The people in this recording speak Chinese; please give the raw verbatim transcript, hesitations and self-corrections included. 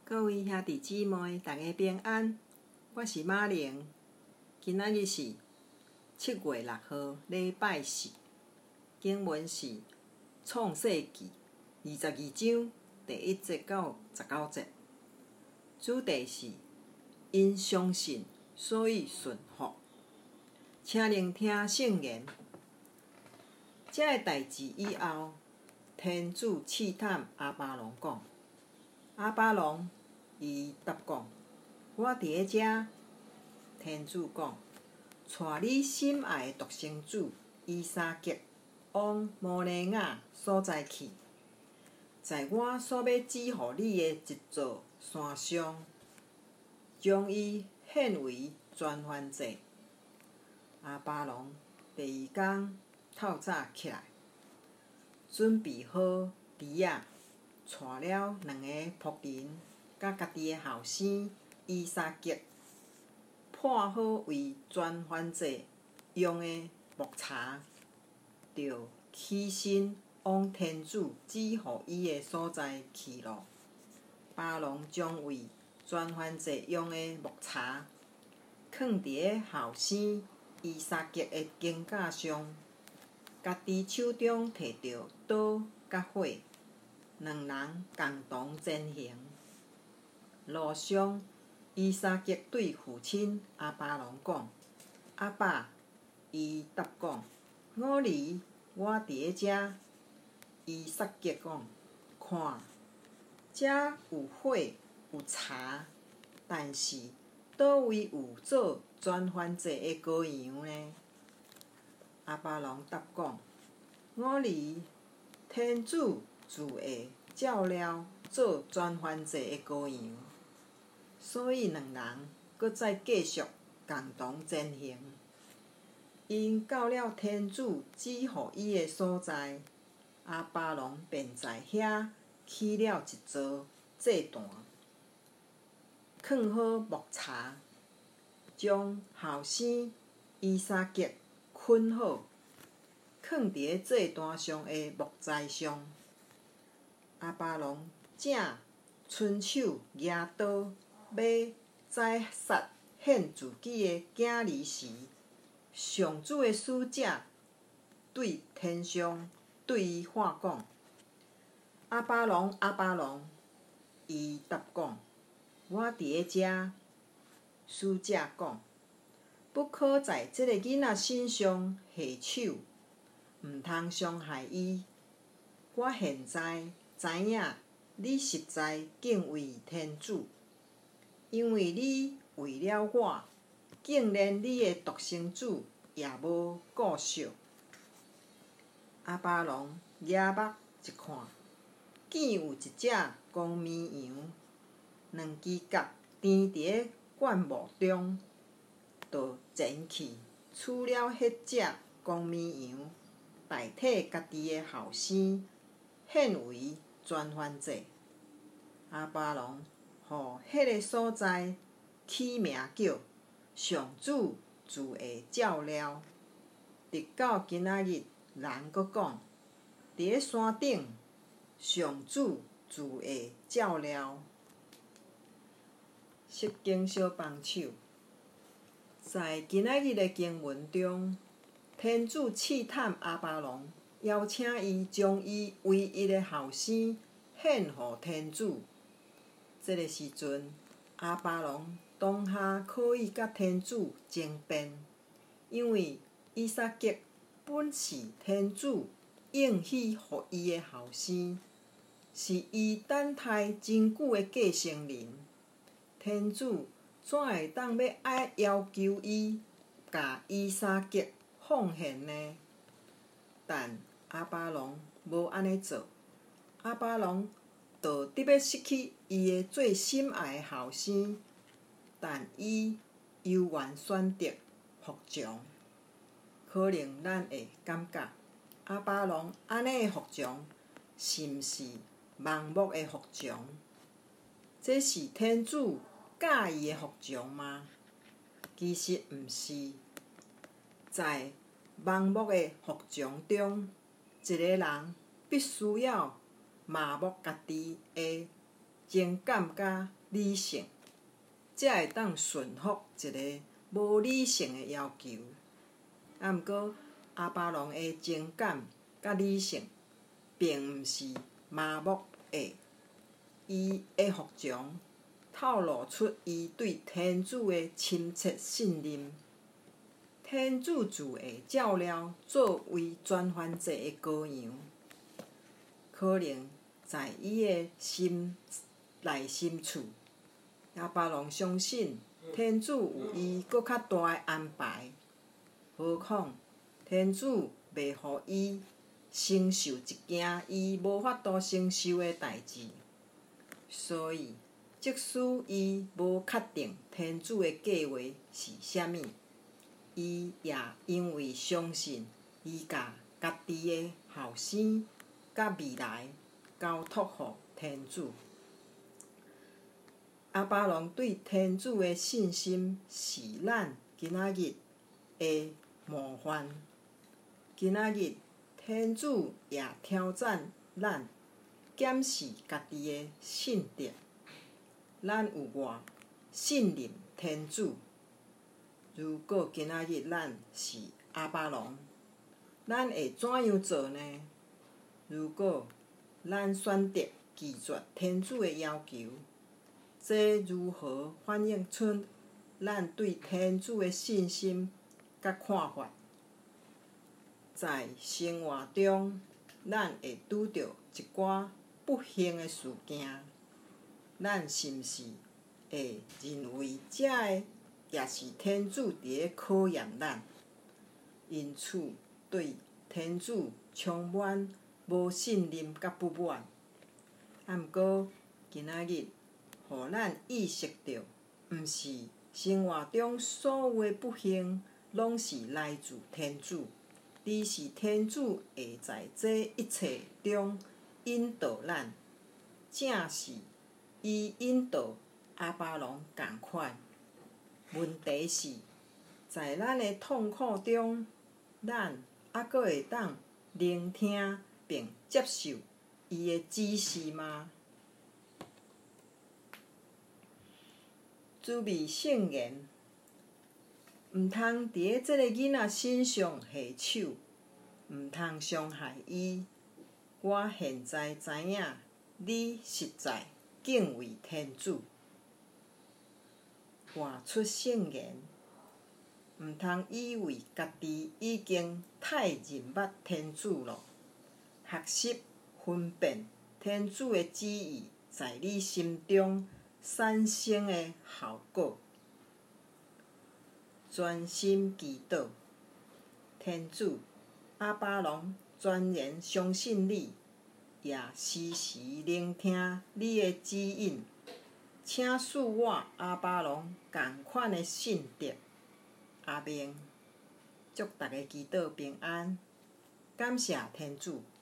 各位兄弟姊妹，大家平安。我是马玲。今仔日是七月六号，礼拜四。经文是《创世纪》二十二章第一节到十九节。主题是因相信，所以顺服。请聆听圣言。这个代志以后，天主试探亚巴郎讲：“亚巴郎，伊答讲：我伫咧遮。”天主讲：“带你心爱的独生子伊撒格往摩利亚所在去，在我所要指予你的一座山上，将伊献为全燔祭。”亚巴郎第二天透早起来，准备好猪仔，带了两个仆人，甲家己的后生伊撒格，破好为全燔祭用的木柴，就起身往天主指予伊的所在去咯。巴郎将为全燔祭用的木柴放伫咧后生伊撒格的肩胛上，家己手中摕着刀甲火，两人共同前行。路上，伊撒格对父亲亚巴郎讲：“阿爸。”伊答讲：“我儿，我伫咧遮。”伊撒格讲：“看，遮有火有柴，但是倒位有做全燔祭的羔羊呢？”亚巴郎答讲：“我儿，天主自会照料做全燔祭的羔羊。”所以两人搁再继续共同前行。因到了天主指予伊的所在，亚巴郎便在遐起了一座祭坛，放好木柴，将后生伊撒格捆好，放伫咧祭坛上的木材上。亚巴郎正伸手举刀，要宰杀献自己的囝儿时，上主的使者对天上对伊喊讲：“亚巴郎，亚巴郎！”伊答讲：“我伫咧遮。”使者讲：“不可在即个囡仔身上下手，毋通伤害伊。我现在知影你实在敬畏天主，因为你为了我，竟连你的独生子也无顾惜。”亚巴郎举目一看，见有一只公绵羊，两只角踮伫咧灌木中，就前去取了迄只公绵羊，代替家己的后生，献为全燔祭。亚巴郎予迄个所在起名叫上主自会照料。直到今仔日，人搁讲，伫咧山顶，上主自会照料。释经小帮手，在今仔日的经文中，天主试探亚巴郎，邀请伊将伊唯一的后生献予天主。这个时阵，亚巴郎当下可以甲天主争辩，因为伊撒格本是天主应许予伊的后生，是伊等待真久的继承人。天主怎会当要爱要求伊甲伊撒格奉献呢？但亚巴郎无安尼做，亚巴郎道得要失去伊的最心爱的后生，但伊犹原选择服从。可能咱会感觉亚巴郎安尼的服从，是毋是盲目的服从？这是天主喜意的服从吗？其实毋是。在盲目的服从中，一个人必须要麻木家己的情感甲理性，才会当顺服一个无理性的要求。啊，毋过阿巴郎的情感甲理性，并毋是麻木的，伊会服从，透露出伊对天主的深切信任。天主自会照料作为全燔祭的羔羊。可能在伊的心内深处，阿巴郎相信天主有伊搁较大的安排。何况天主袂互伊承受一件伊无法度承受的代志，所以即使伊无确定天主的计划是啥物，伊也因为相信伊甲家己的后生甲未来交托互天主。阿巴郎对天主的信心是咱今仔日的模范。今仔日天主也挑战咱检视家己的信德，咱有偌信任天主。如果今仔日咱是阿巴郎，咱会怎样做呢？如果咱选择拒绝天主的要求，这如何反映出咱对天主的信心甲看法？在生活中，咱会拄到一寡不幸的事件，咱是毋是会认为这个也是天主伫咧考验咱，因此对天主充满无信任甲不满？啊，毋过今仔日，互咱意识到，毋是生活中所有的不幸拢是来自天主，而是天主会在这一切中引导咱，正是伊引导阿巴郎共款。问题是，在咱的痛苦中，咱还阁会当聆听并接受伊的指示吗？主秘圣言，毋通伫咧即个囡仔身上下手，毋通伤害伊。我现在知影，你实在敬畏天主。活出圣言，毋通以为家己已经太认捌天主了。学习分辨天主的旨意在你心中产生的效果。专心祈祷，天主，阿巴郎全然相信你，也时时聆听你的指引。请赐我阿巴郎同款的信德。阿明，祝大家祈祷平安，感谢天主。